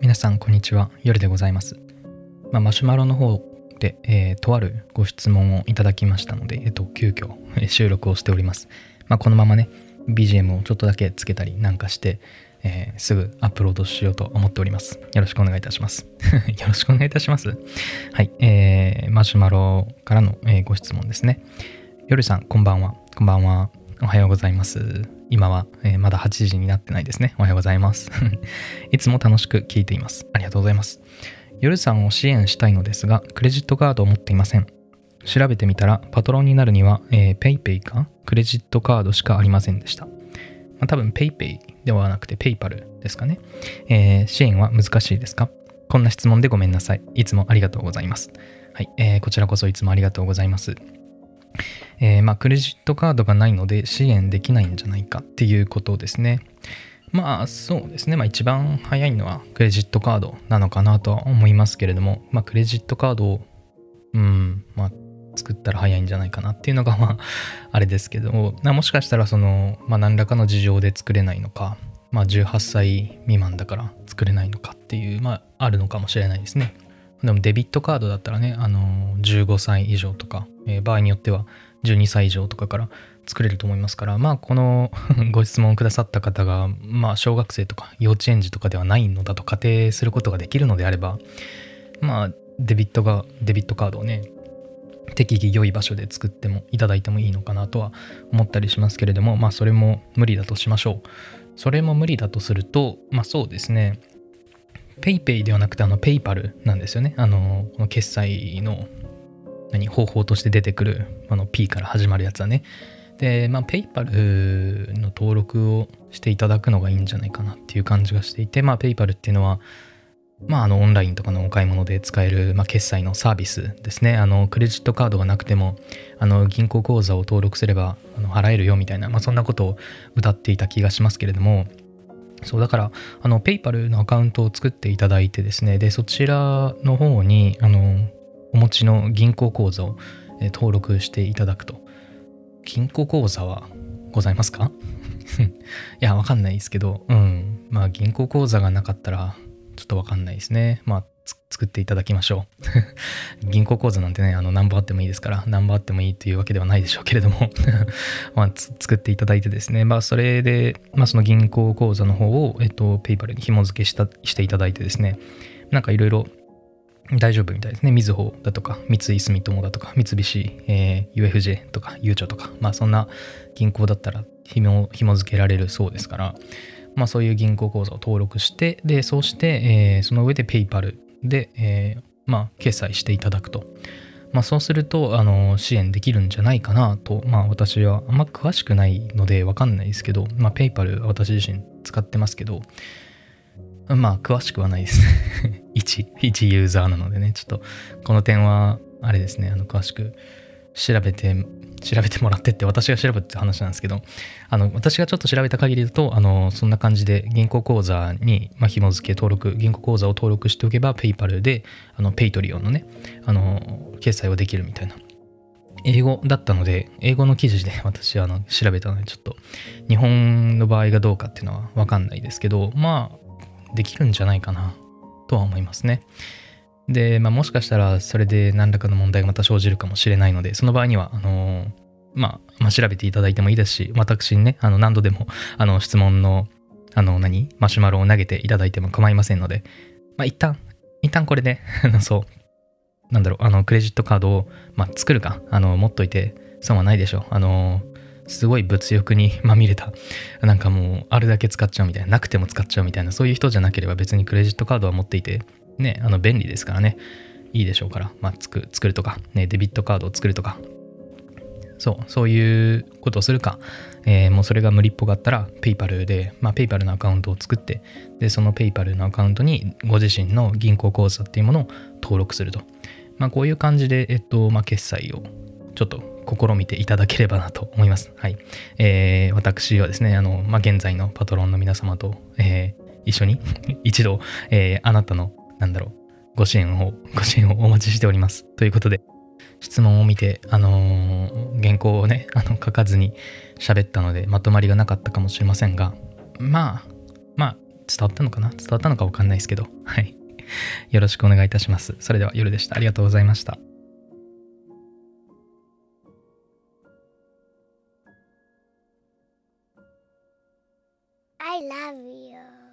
皆さんこんにちは、夜でございます。マシュマロの方で、とあるご質問をいただきましたので、急遽収録をしております。このままね BGM をちょっとだけつけたりなんかして、すぐアップロードしようと思っております。よろしくお願いいたしますよろしくお願いいたします。はい、マシュマロからの、ご質問ですね。夜さんこんばんは。こんばんは。おはようございます。今は、まだ8時になってないですね。おはようございますいつも楽しく聞いています。ありがとうございます。夜さんを支援したいのですが、クレジットカードを持っていません。調べてみたらパトロンになるには、PayPay かクレジットカードしかありませんでした。多分 PayPay ではなくて PayPal ですかね。支援は難しいですか？こんな質問でごめんなさい。いつもありがとうございます。はい、こちらこそいつもありがとうございます。クレジットカードがないので支援できないんじゃないかっていうことですね。そうですね。一番早いのはクレジットカードなのかなとは思いますけれども、クレジットカードを作ったら早いんじゃないかなっていうのがあれですけどもしかしたら何らかの事情で作れないのか、18歳未満だから作れないのかっていうあるのかもしれないですね。でもデビットカードだったらね、15歳以上とか、場合によっては12歳以上とかから作れると思いますから、このご質問をくださった方が、小学生とか幼稚園児とかではないのだと仮定することができるのであれば、デビットカードをね、適宜良い場所で作ってもいただいてもいいのかなとは思ったりしますけれども、それも無理だとしましょう。それも無理だとすると、そうですね。PayPay ではなくてPayPal なんですよね。この決済の方法として出てくるP から始まるやつはね。で、PayPal の登録をしていただくのがいいんじゃないかなっていう感じがしていて、PayPal っていうのはオンラインとかのお買い物で使える、決済のサービスですね。クレジットカードがなくても銀行口座を登録すれば払えるよみたいな、そんなことを謳っていた気がしますけれども、そうだからPayPal のアカウントを作っていただいてですね、でそちらの方にお持ちの銀行口座を登録していただくと。銀行口座はございますかいやわかんないですけど、銀行口座がなかったらちょっとわかんないですね。作っていただきましょう銀行口座なんてね、何本あってもいいですから、何本あってもいいというわけではないでしょうけれども作っていただいてですね、それで、その銀行口座の方を、PayPal に紐付けしていただいてですね、いろいろ大丈夫みたいですね。みずほだとか、三井住友だとか、三菱、UFJ とか、ゆうちょとか、そんな銀行だったら紐付けられるそうですから、そういう銀行口座を登録して、で、そうして、その上で PayPal で、決済していただくと。そうすると、支援できるんじゃないかなと、私はあんま詳しくないのでわかんないですけど、PayPal 私自身使ってますけど、詳しくはないですね一ユーザーなのでね、ちょっとこの点はあれですね、詳しく調べてもらってって私が調べて話なんですけど、私がちょっと調べた限りだとそんな感じで銀行口座に紐付け銀行口座を登録しておけば PayPal でペイトリオンのね決済をできるみたいな。英語だったので、英語の記事で私は調べたので、ちょっと日本の場合がどうかっていうのは分かんないですけど、できるんじゃないかなとは思いますね。で、もしかしたらそれで何らかの問題がまた生じるかもしれないので、その場合には調べていただいてもいいですし、私にね何度でも質問のマシュマロを投げていただいても構いませんので、一旦これでクレジットカードを作るか持っといて損はないでしょう。すごい物欲にまみれた、もうあるだけ使っちゃうみたいな、なくても使っちゃうみたいな、そういう人じゃなければ別にクレジットカードは持っていてね、便利ですからね、いいでしょうから、作るとかね、デビットカードを作るとか、そういうことをするか、もうそれが無理っぽかったら PayPal で、PayPal のアカウントを作って、でその PayPal のアカウントにご自身の銀行口座っていうものを登録すると、こういう感じで決済をちょっと試みていただければなと思います。はい。私はですね、現在のパトロンの皆様と、一緒に一度、あなたのご支援をお待ちしております。ということで、質問を見て原稿をね書かずに喋ったのでまとまりがなかったかもしれませんが、 わったのかな、伝わったのか分かんないですけど、はい。よろしくお願いいたします。それでは夜でした。ありがとうございました。 I love you.